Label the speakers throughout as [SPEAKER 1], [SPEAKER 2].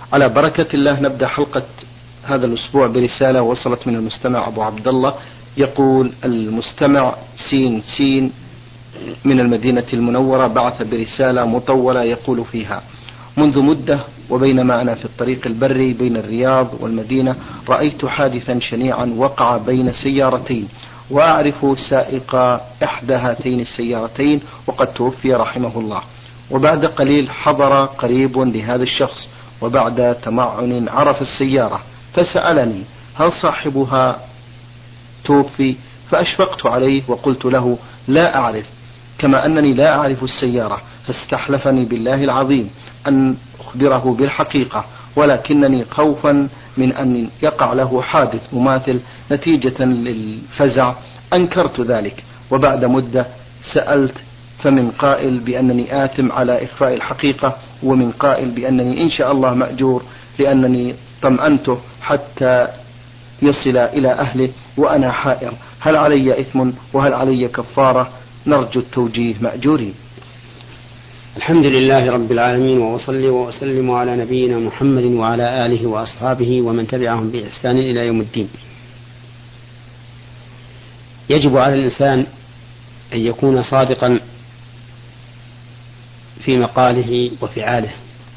[SPEAKER 1] على بركة الله نبدأ حلقة هذا الأسبوع برسالة وصلت من المستمع أبو عبد الله. يقول المستمع سين سين من المدينة المنورة بعث برسالة مطولة يقول فيها: منذ مدة وبينما أنا في الطريق البري بين الرياض والمدينة رأيت حادثا شنيعا وقع بين سيارتين، وأعرف سائق إحدى هاتين السيارتين وقد توفي رحمه الله. وبعد قليل حضر قريب لهذا الشخص، وبعد تمعن عرف السيارة فسألني هل صاحبها توفي؟ فأشفقت عليه وقلت له لا أعرف، كما أنني لا أعرف السيارة، فاستحلفني بالله العظيم أن أخبره بالحقيقة، ولكنني خوفا من أن يقع له حادث مماثل نتيجة للفزع أنكرت ذلك. وبعد مدة سألت، فمن قائل بأنني آثم على إخفاء الحقيقة، ومن قائل بأنني إن شاء الله مأجور لأنني طمأنته حتى يصل إلى أهله وأنا حائر، هل علي إثم وهل علي كفارة؟ نرجو التوجيه مأجورين.
[SPEAKER 2] الحمد لله رب العالمين، وأصلي وأسلم على نبينا محمد وعلى آله وأصحابه ومن تبعهم بإحسان إلى يوم الدين. يجب على الإنسان أن يكون صادقا في مقاله وفعاله،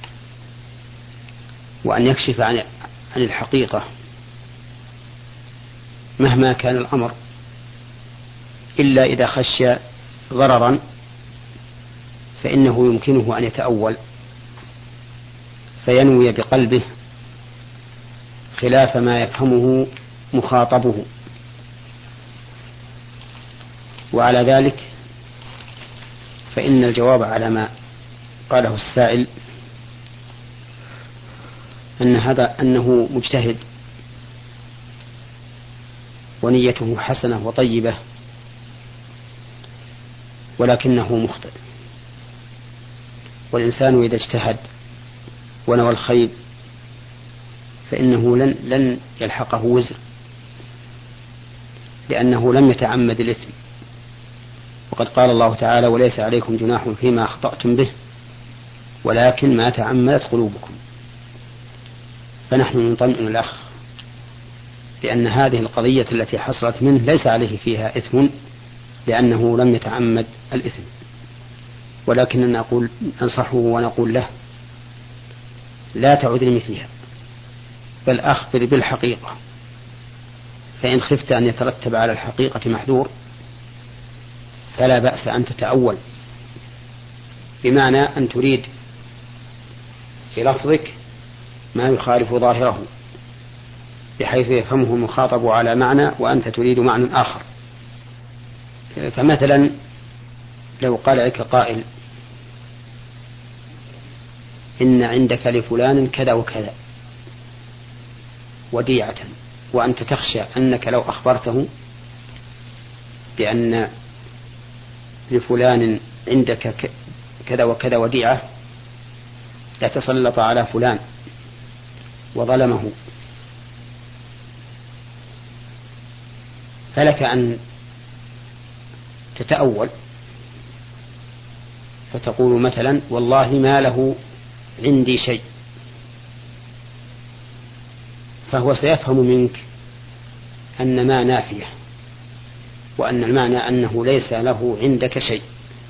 [SPEAKER 2] وأن يكشف عن الحقيقة مهما كان الأمر، إلا إذا خشي ضررا فإنه يمكنه أن يتأول فينوي بقلبه خلاف ما يفهمه مخاطبه. وعلى ذلك فإن الجواب على ما قاله السائل أنه مجتهد ونيته حسنة وطيبة، ولكنه مخطئ. والإنسان إذا اجتهد ونوى الخير فإنه لن يلحقه وزر، لأنه لم يتعمد الإثم. وقد قال الله تعالى: وليس عليكم جناح فيما أخطأتم به ولكن ما تعمدت قلوبكم. فنحن نطمئن الأخ بأن هذه القضية التي حصلت منه ليس عليه فيها إثم، لأنه لم يتعمد الإثم، ولكننا ننصحه ونقول له: لا تعد لمثلها، بل أخبر بالحقيقة، فإن خفت أن يترتب على الحقيقة محذور فلا بأس أن تتأول، بمعنى أن تريد بلفظك ما يخالف ظاهره بحيث يفهمه المخاطب على معنى وأنت تريد معنى آخر. فمثلا لو قال لك قائل: إن عندك لفلان كذا وكذا وديعة، وأنت تخشى أنك لو أخبرته بأن لفلان عندك كذا وكذا وديعة يتسلط على فلان وظلمه، فلك أن تتأول فتقول مثلا: والله ما له عندي شيء، فهو سيفهم منك أن ما نافية، وأن المعنى أنه ليس له عندك شيء،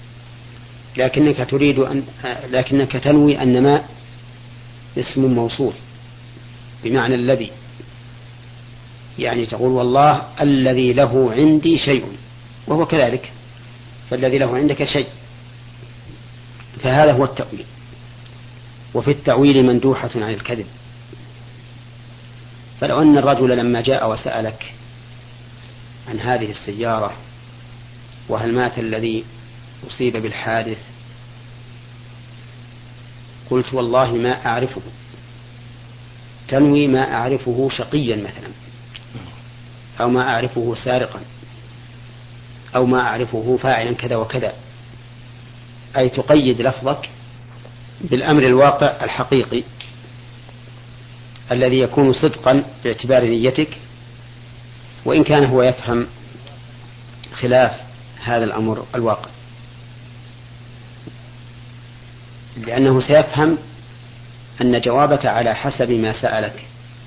[SPEAKER 2] لكنك تنوي أن ما اسم موصول بمعنى الذي، يعني تقول: والله الذي له عندي شيء، وهو كذلك، فالذي له عندك شيء. فهذا هو التأويل. وفي التأويل مندوحة عن الكذب. فلو أن الرجل لما جاء وسألك عن هذه السيارة وهل مات الذي أصيب بالحادث، قلت: والله ما أعرفه، تنوي ما أعرفه شقيا مثلا، أو ما أعرفه سارقا، أو ما أعرفه فاعلا كذا وكذا، أي تقيد لفظك بالأمر الواقع الحقيقي الذي يكون صدقا باعتبار نيتك، وإن كان هو يفهم خلاف هذا الأمر الواقع، لأنه سيفهم أن جوابك على حسب ما سألك.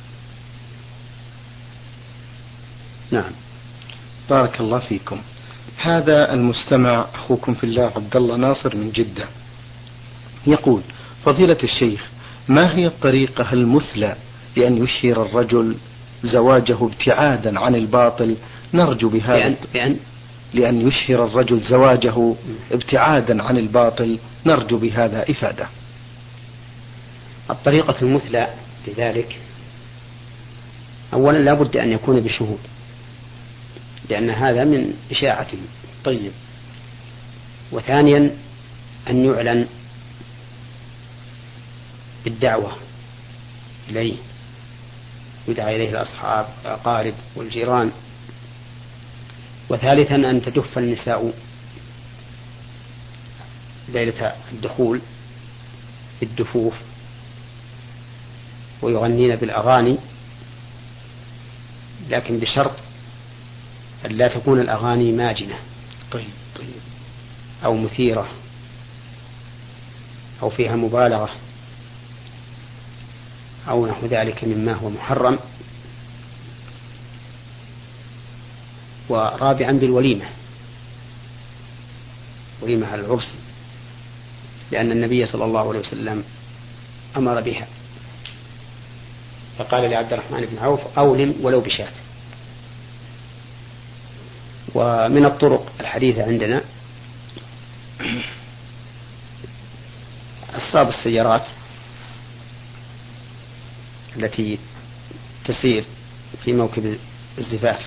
[SPEAKER 2] نعم.
[SPEAKER 1] بارك الله فيكم. هذا المستمع أخوكم في الله عبد الله ناصر من جدة يقول: فضيلة الشيخ، ما هي الطريقة المثلى لأن يشهر الرجل زواجه ابتعادا عن الباطل؟ نرجو بهذا لأن يشهر الرجل زواجه ابتعادا عن الباطل، نرجو بهذا إفادة.
[SPEAKER 2] الطريقة المثلى لذلك أولا لا بد أن يكون بشهود، لأن هذا من إشاعته.
[SPEAKER 1] طيب.
[SPEAKER 2] وثانيا أن يعلن بالدعوة إليه، يدعى إليه الأصحاب والأقارب والجيران. وثالثا أن تدف النساء ليلة الدخول بالدفوف ويغنين بالأغاني، لكن بشرط أن لا تكون الأغاني ماجنة
[SPEAKER 1] طيب.
[SPEAKER 2] أو مثيرة أو فيها مبالغة أو نحو ذلك مما هو محرم. ورابعا بالوليمة، وليمة على العرس، لأن النبي صلى الله عليه وسلم أمر بها، فقال لعبد الرحمن بن عوف: أولم ولو بشاة. ومن الطرق الحديثة عندنا أسراب السيارات التي تسير في موكب الزفاف،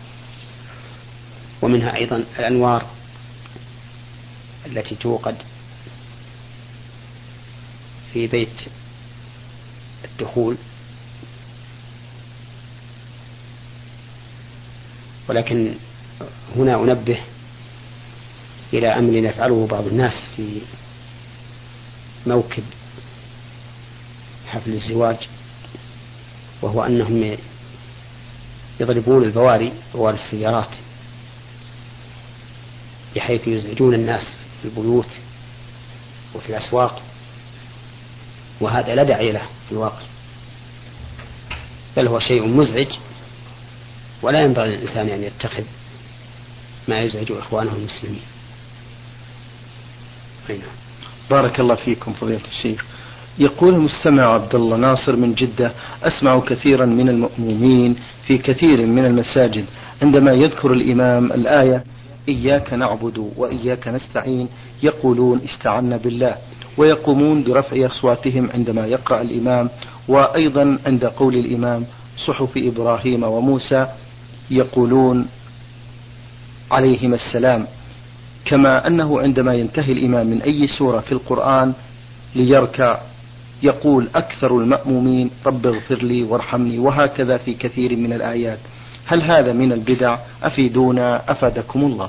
[SPEAKER 2] ومنها أيضا الأنوار التي توقد في بيت الدخول. ولكن هنا أنبه إلى أمر يفعله بعض الناس في موكب حفل الزواج، وهو أنهم يضربون بواري السيارات بحيث يزعجون الناس في البيوت وفي الأسواق، وهذا لا داعي له في الواقع، بل هو شيء مزعج، ولا ينبغي للإنسان أن يتخذ ما يزعج إخوانه المسلمين.
[SPEAKER 1] بارك الله فيكم فضيلة الشيخ. يقول المستمع عبد الله ناصر من جدة: أسمع كثيرا من المأمومين في كثير من المساجد عندما يذكر الإمام الآية إياك نعبد وإياك نستعين يقولون استعنا بالله، ويقومون برفع أصواتهم عندما يقرأ الإمام، وأيضا عند قول الإمام صحف إبراهيم وموسى يقولون عليهما السلام، كما أنه عندما ينتهي الإمام من أي سورة في القرآن ليركع يقول أكثر المأمومين رب اغفر لي وارحمني، وهكذا في كثير من الآيات. هل هذا من البدع؟ أفيدونا أفادكم الله.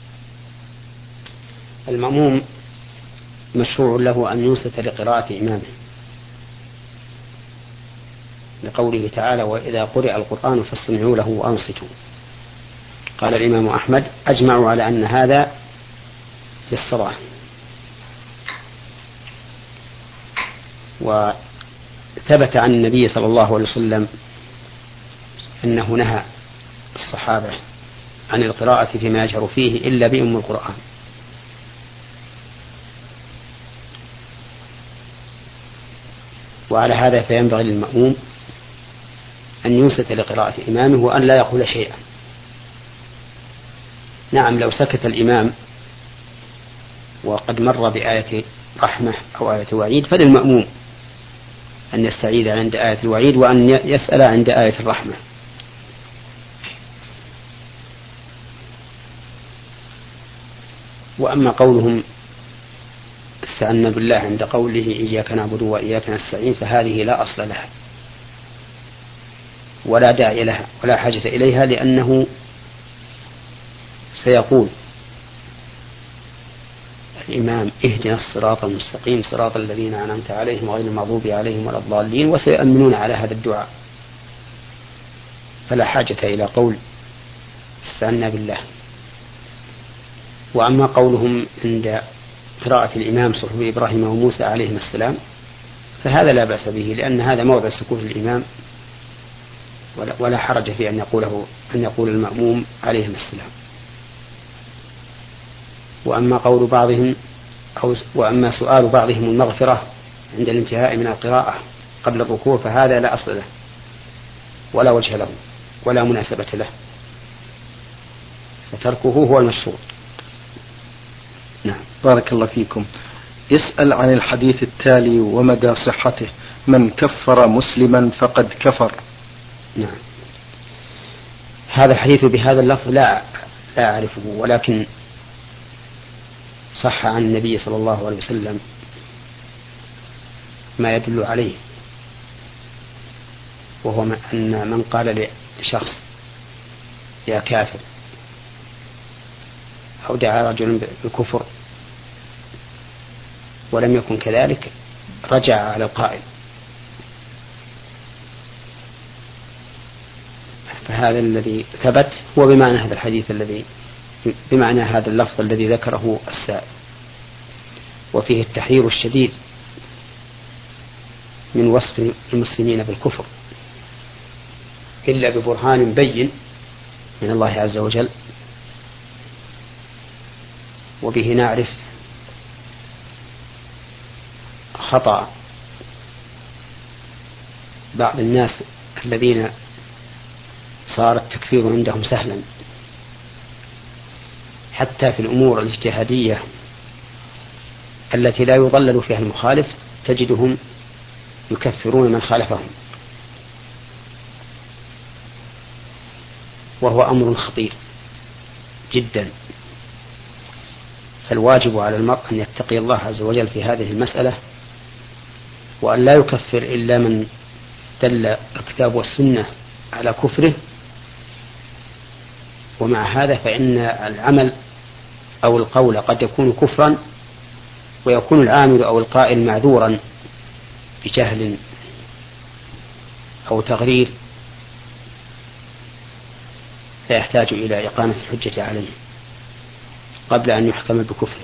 [SPEAKER 2] المأموم مشروع له أن ينصت لقراءة إمامه، لقوله تعالى: وإذا قرئ القرآن فاستمعوا له وأنصتوا. قال الإمام أحمد: أجمعوا على أن هذا في الصلاة. وثبت عن النبي صلى الله عليه وسلم أنه نهى الصحابة عن القراءة فيما يجهر فيه إلا بأم القرآن. وعلى هذا فينبغي للمأموم أن ينصت لقراءة إمامه وأن لا يقول شيئا. نعم، لو سكت الإمام وقد مر بآية رحمة أو آية وعيد فللمأموم أن يستعيذ عند آية الوعيد وأن يسأل عند آية الرحمة. وأما قولهم استعنا بالله عند قوله إياك نعبد وإياك نستعين فهذه لا أصل لها ولا داعي لها ولا حاجة إليها، لأنه سيقول الإمام اهدنا الصراط المستقيم صراط الذين أنعمت عليهم غير المغضوب عليهم ولا الضالين، وسيؤمنون على هذا الدعاء، فلا حاجة إلى قول استعنا بالله. وأما قولهم عند قراءة الإمام صحف إبراهيم وموسى عليهما السلام فهذا لا بأس به، لأن هذا موضع سكوت الإمام، ولا حرج في أن يقول المأموم عليهم السلام. وأما سؤال بعضهم المغفرة عند الانتهاء من القراءة قبل الركوع فهذا لا أصل له ولا وجه له ولا مناسبة له، فتركه هو المشروع.
[SPEAKER 1] نعم. بارك الله فيكم. يسأل عن الحديث التالي ومدى صحته: من كفر مسلما فقد كفر.
[SPEAKER 2] نعم. هذا الحديث بهذا اللفظ لا أعرفه، ولكن صح عن النبي صلى الله عليه وسلم ما يدل عليه، وهو أن من قال لشخص يا كافر أو دعا رجلا بالكفر ولم يكن كذلك رجع على القائل، فهذا الذي ثبت هو بمعنى هذا الحديث بمعنى هذا اللفظ الذي ذكره السائل، وفيه التحذير الشديد من وصف المسلمين بالكفر إلا ببرهان بين من الله عز وجل. وبه نعرف خطأ بعض الناس الذين صار التكفير عندهم سهلا، حتى في الأمور الاجتهادية التي لا يضلل فيها المخالف تجدهم يكفرون من خالفهم، وهو أمر خطير جدا. فالواجب على المرء أن يتقي الله عز وجل في هذه المسألة، وأن لا يكفر إلا من دل الكتاب والسنة على كفره. ومع هذا فإن العمل أو القول قد يكون كفرا، ويكون العامل أو القائل معذورا بجهل أو تغرير، فيحتاج إلى إقامة الحجة عليه قبل أن يحكم بكفره.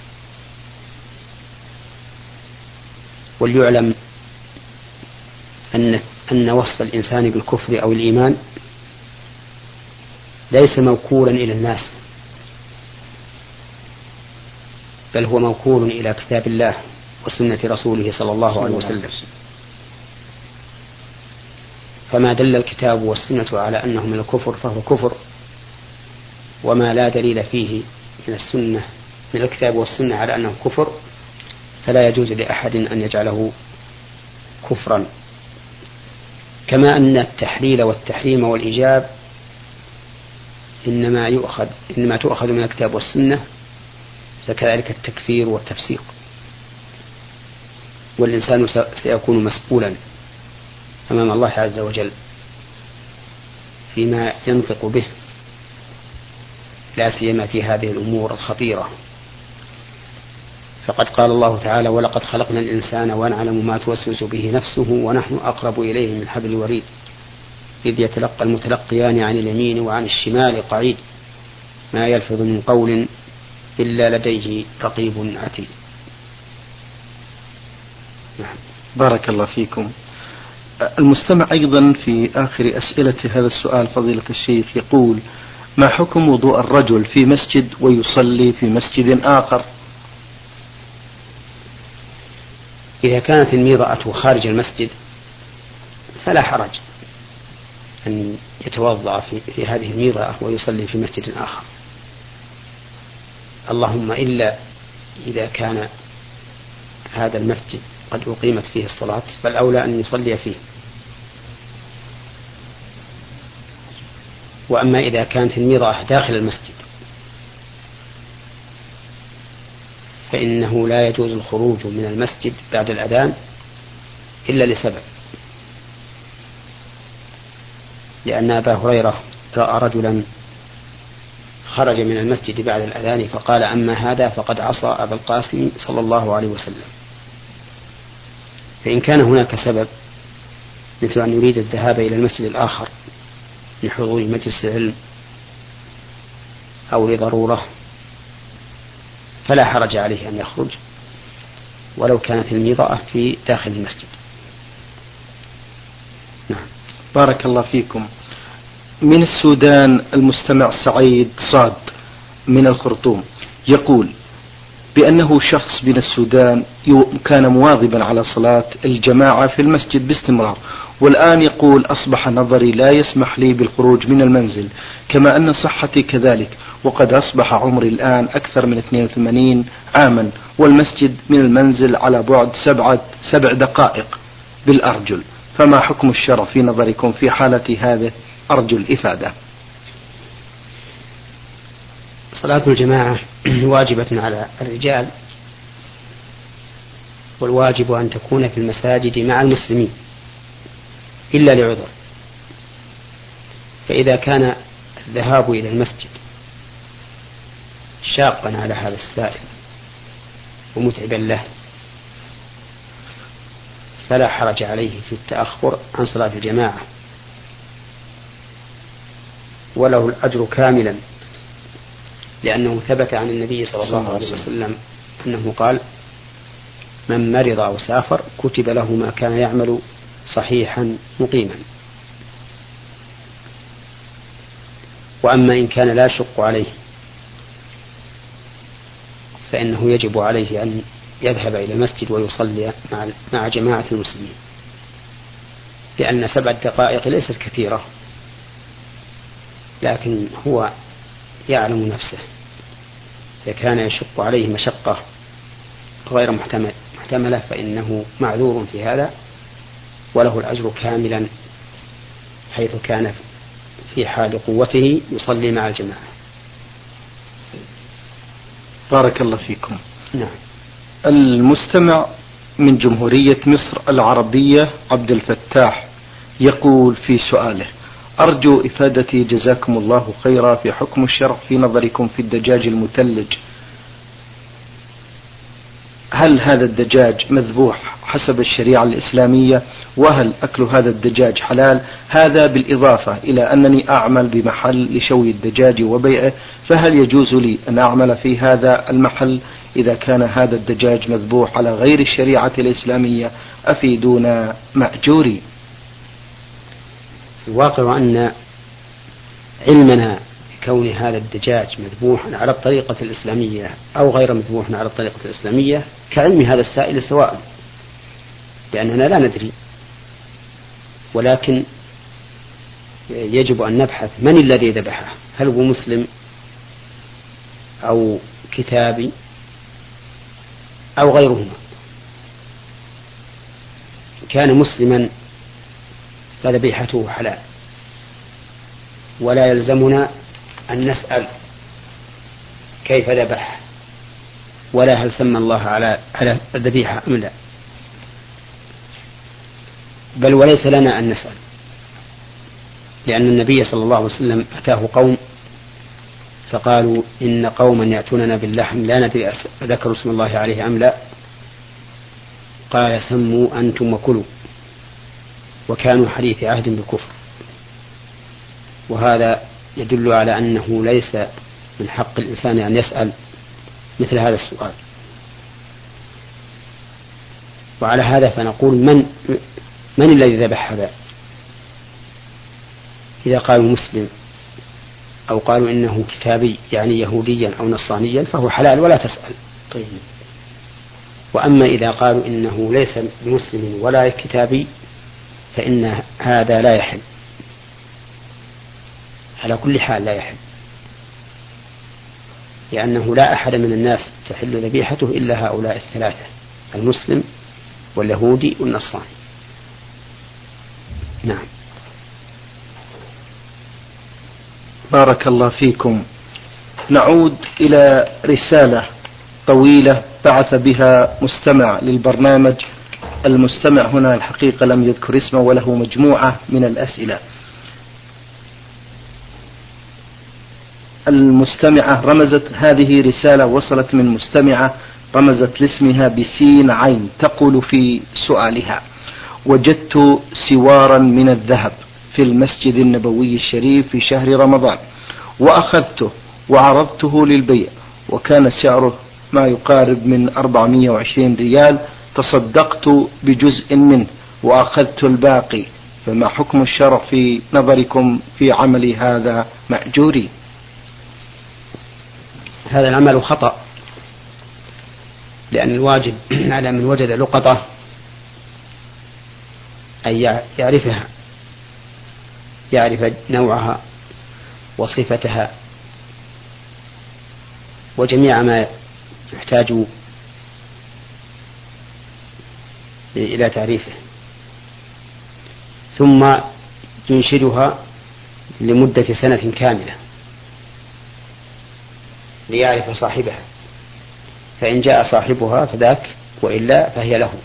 [SPEAKER 2] وليعلم أن وصف الإنسان بالكفر أو الإيمان ليس موكولا إلى الناس، بل هو موكول إلى كتاب الله وسنة رسوله صلى الله عليه وسلم. فما دل الكتاب والسنة على أنه من الكفر فهو كفر، وما لا دليل فيه من السنة من الكتاب والسنة على أنه كفر فلا يجوز لأحد أن يجعله كفرا. كما أن التحليل والتحريم والإيجاب إنما تؤخذ من الكتاب والسنة، فكذلك التكفير والتفسيق. والإنسان سيكون مسؤولا أمام الله عز وجل فيما ينطق به، لا سيما في هذه الأمور الخطيرة. فقد قال الله تعالى: ولقد خلقنا الإنسان ونعلم ما توسوس به نفسه ونحن أقرب إليه من حبل الوريد إذ يتلقى المتلقيان عن اليمين وعن الشمال قعيد ما يلفظ من قول إلا لديه رقيب عتيد.
[SPEAKER 1] بارك الله فيكم. المستمع أيضا في آخر أسئلة هذا السؤال فضيلة الشيخ يقول: ما حكم وضوء الرجل في مسجد ويصلي في مسجد آخر؟
[SPEAKER 2] إذا كانت الميضأة خارج المسجد فلا حرج أن يتوضأ في هذه الميضأة ويصلي في مسجد آخر، اللهم إلا إذا كان هذا المسجد قد أقيمت فيه الصلاة فالأولى أن يصلي فيه. وأما إذا كانت الميضأة داخل المسجد فإنه لا يجوز الخروج من المسجد بعد الأذان إلا لسبب، لأن أبا هريرة رأى رجلا خرج من المسجد بعد الأذان فقال: أما هذا فقد عصى أبا القاسم صلى الله عليه وسلم. فإن كان هناك سبب مثل أن يريد الذهاب إلى المسجد الآخر لحضور مجلس العلم أو لضرورة فلا حرج عليه أن يخرج، ولو كانت الميضاء في داخل المسجد. نعم.
[SPEAKER 1] بارك الله فيكم. من السودان المستمع سعيد صاد من الخرطوم يقول بأنه شخص من السودان كان مواظبا على صلاة الجماعة في المسجد باستمرار، والآن يقول أصبح نظري لا يسمح لي بالخروج من المنزل، كما أن صحتي كذلك، وقد أصبح عمري الآن أكثر من 82 عاما، والمسجد من المنزل على بعد 7 دقائق بالأرجل، فما حكم الشرع في نظركم في حالة هذه؟ أرجو الإفادة.
[SPEAKER 2] صلاة الجماعة واجبة على الرجال، والواجب أن تكون في المساجد مع المسلمين إلا لعذر. فإذا كان الذهاب إلى المسجد شاقا على هذا السائل ومتعبا له فلا حرج عليه في التأخر عن صلاة الجماعة، وله الأجر كاملا، لأنه ثبت عن النبي صلى الله عليه وسلم أنه قال: من مرض أو سافر كتب له ما كان يعمل صحيحا مقيما. وأما إن كان لا يشق عليه فإنه يجب عليه أن يذهب إلى المسجد ويصلي مع جماعة المسلمين، لأن 7 دقائق ليست كثيرة، لكن هو يعلم نفسه. إذا كان يشق عليه مشقة غير محتملة فإنه معذور في هذا، وله الأجر كاملا حيث كان في حال قوته يصلي مع الجماعة.
[SPEAKER 1] بارك الله فيكم.
[SPEAKER 2] نعم.
[SPEAKER 1] المستمع من جمهورية مصر العربية عبد الفتاح يقول في سؤاله: أرجو إفادتي جزاكم الله خيرا في حكم الشرع في نظركم في الدجاج المثلج. هل هذا الدجاج مذبوح حسب الشريعة الإسلامية؟ وهل أكل هذا الدجاج حلال؟ هذا بالإضافة إلى أنني أعمل بمحل لشوي الدجاج وبيعه، فهل يجوز لي أن أعمل في هذا المحل إذا كان هذا الدجاج مذبوح على غير الشريعة الإسلامية؟ أفيدونا مأجوري.
[SPEAKER 2] الواقع أن علمنا كون هذا الدجاج مذبوحا على الطريقة الإسلامية أو غير مذبوح على الطريقة الإسلامية كعلم هذا السائل سواء، لأننا لا ندري، ولكن يجب أن نبحث من الذي ذبحه، هل هو مسلم أو كتابي أو غيرهما. كان مسلما فذبيحته حلال، ولا يلزمنا أن نسأل كيف ذبح ولا هل سمى الله على الذبيحة أم لا، بل وليس لنا أن نسأل، لأن النبي صلى الله عليه وسلم أتاه قوم فقالوا: إن قوما يأتوننا باللحم لا ندري ذكروا اسم الله عليه أم لا، قال: سموا أنتم وكلوا، وكانوا حديث عهد بالكفر. وهذا يدل على أنه ليس من حق الإنسان أن يسأل مثل هذا السؤال. وعلى هذا فنقول من الذي ذبح هذا؟ إذا قالوا مسلم أو قالوا إنه كتابي يعني يهوديا أو نصرانيا فهو حلال ولا تسأل. طيب. وأما إذا قالوا إنه ليس بمسلم ولا كتابي فإن هذا لا يحل، على كل حال لا يحل، لأنه لا أحد من الناس تحل ذبيحته إلا هؤلاء الثلاثة: المسلم واليهودي والنصراني. نعم.
[SPEAKER 1] بارك الله فيكم. نعود إلى رسالة طويلة بعث بها مستمع للبرنامج. المستمع هنا الحقيقة لم يذكر اسمه وله مجموعة من الأسئلة. المستمعة رمزت، هذه رسالة وصلت من مستمعة رمزت لاسمها بسين عين، تقول في سؤالها: وجدت سوارا من الذهب في المسجد النبوي الشريف في شهر رمضان، وأخذته وعرضته للبيع، وكان سعره ما يقارب من 420 ريال، تصدقت بجزء منه وأخذت الباقي، فما حكم الشرع في نظركم في عملي هذا مأجوري؟
[SPEAKER 2] هذا العمل خطأ، لأن الواجب على من وجد لقطة أن يعرفها، يعرف نوعها وصفتها وجميع ما يحتاج إلى تعريفه، ثم ينشدها لمدة سنة كاملة ليعرف صاحبها، فإن جاء صاحبها فذاك، وإلا فهي له.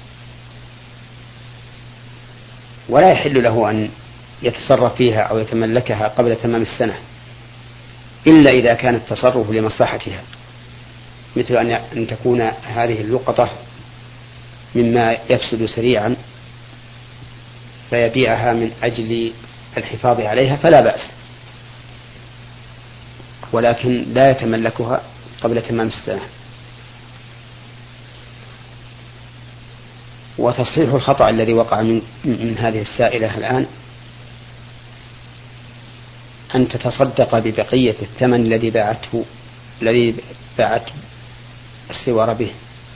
[SPEAKER 2] ولا يحل له أن يتصرف فيها أو يتملكها قبل تمام السنة، إلا إذا كان التصرف لمصلحتها، مثل أن تكون هذه اللقطة مما يفسد سريعا فيبيعها من أجل الحفاظ عليها فلا بأس، ولكن لا يتملكها قبل تمام السنة. وتصحيح الخطأ الذي وقع من هذه السائلة الآن أن تتصدق ببقية الثمن الذي باعت السوار به،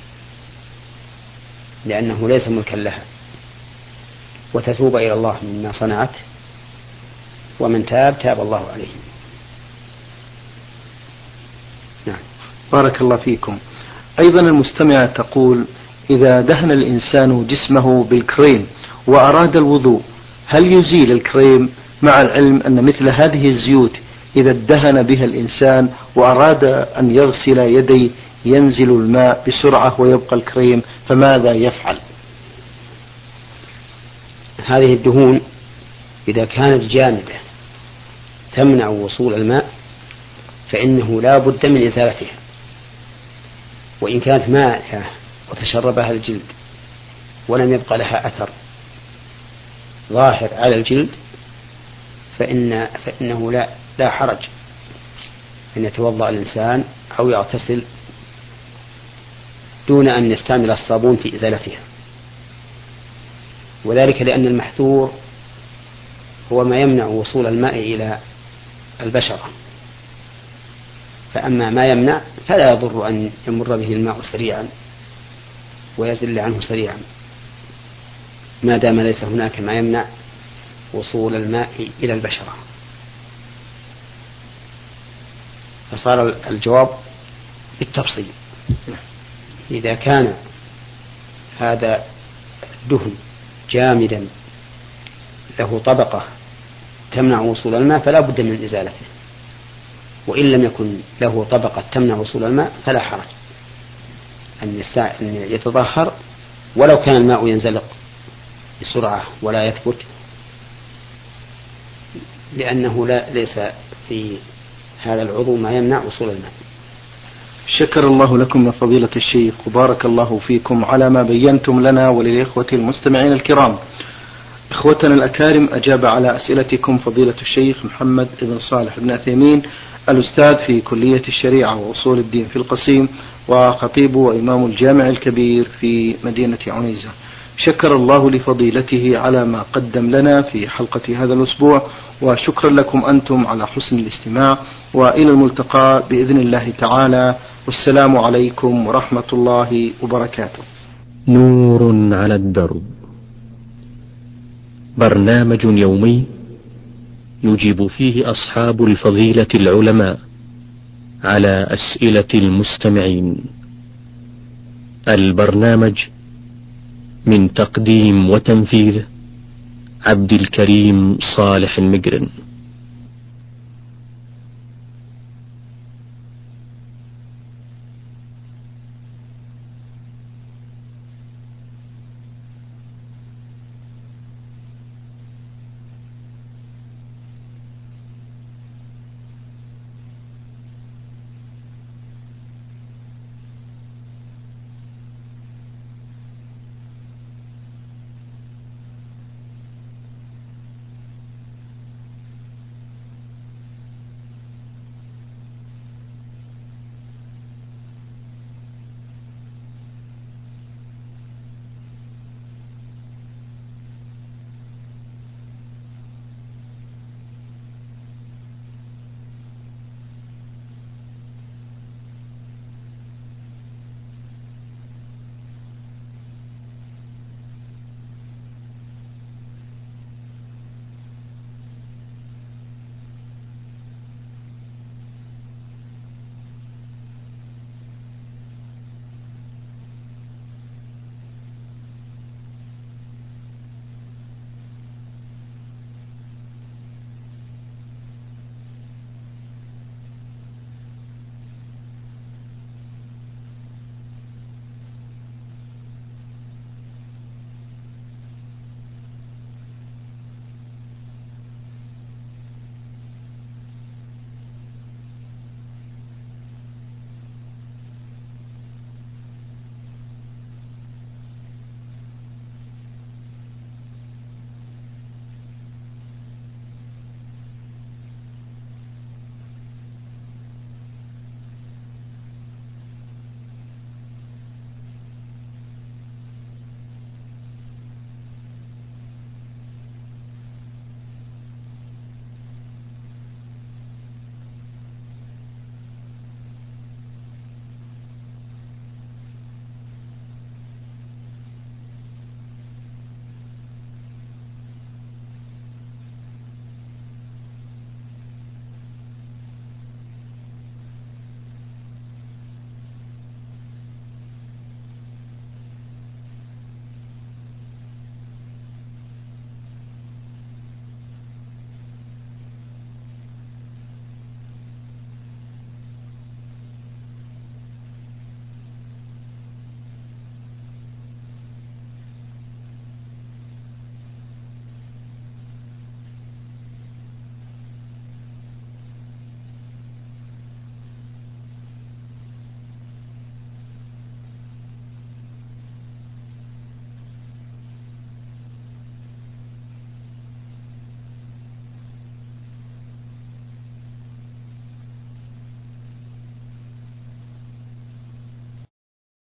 [SPEAKER 2] لأنه ليس ملكا لها، وتتوب إلى الله مما صنعت، ومن تاب تاب الله عليه. نعم.
[SPEAKER 1] بارك الله فيكم. أيضا المستمعة تقول: إذا دهن الإنسان جسمه بالكريم وأراد الوضوء، هل يزيل الكريم، مع العلم أن مثل هذه الزيوت إذا ادهن بها الإنسان وأراد أن يغسل يديه ينزل الماء بسرعة ويبقى الكريم، فماذا يفعل؟
[SPEAKER 2] هذه الدهون إذا كانت جامدة تمنع وصول الماء فإنه لا بد من إزالتها، وإن كانت مائعة وتشربها الجلد ولم يبقى لها أثر ظاهر على الجلد فإنه لا حرج أن يتوضأ الإنسان أو يغتسل دون أن يستعمل الصابون في إزالتها، وذلك لأن المحذور هو ما يمنع وصول الماء إلى البشرة، فأما ما يمنع فلا يضر أن يمر به الماء سريعا ويزل عنه سريعا، ما دام ليس هناك ما يمنع وصول الماء إلى البشرة. فصار الجواب بالتفصيل. إذا كان هذا الدهن جامدا له طبقة تمنع وصول الماء فلا بد من إزالته، وإن لم يكن له طبقة تمنع وصول الماء فلا حرج أن يتطهر، ولو كان الماء ينزلق بسرعة ولا يثبت، لأنه ليس في هذا العضو ما يمنع وصول الماء.
[SPEAKER 1] شكر الله لكم يا فضيلة الشيخ، وبارك الله فيكم على ما بينتم لنا وللإخوة المستمعين الكرام. إخوتنا الأكارم، أجاب على أسئلتكم فضيلة الشيخ محمد بن صالح بن عثيمين، الأستاذ في كلية الشريعة وأصول الدين في القصيم، وخطيب وإمام الجامع الكبير في مدينة عنيزة. شكر الله لفضيلته على ما قدم لنا في حلقة هذا الأسبوع، وشكرا لكم أنتم على حسن الاستماع، وإلى الملتقى بإذن الله تعالى، والسلام عليكم ورحمة الله وبركاته.
[SPEAKER 3] نور على الدرب، برنامج يومي يجيب فيه أصحاب الفضيلة العلماء على أسئلة المستمعين. البرنامج من تقديم وتنفيذ عبد الكريم صالح المقرن.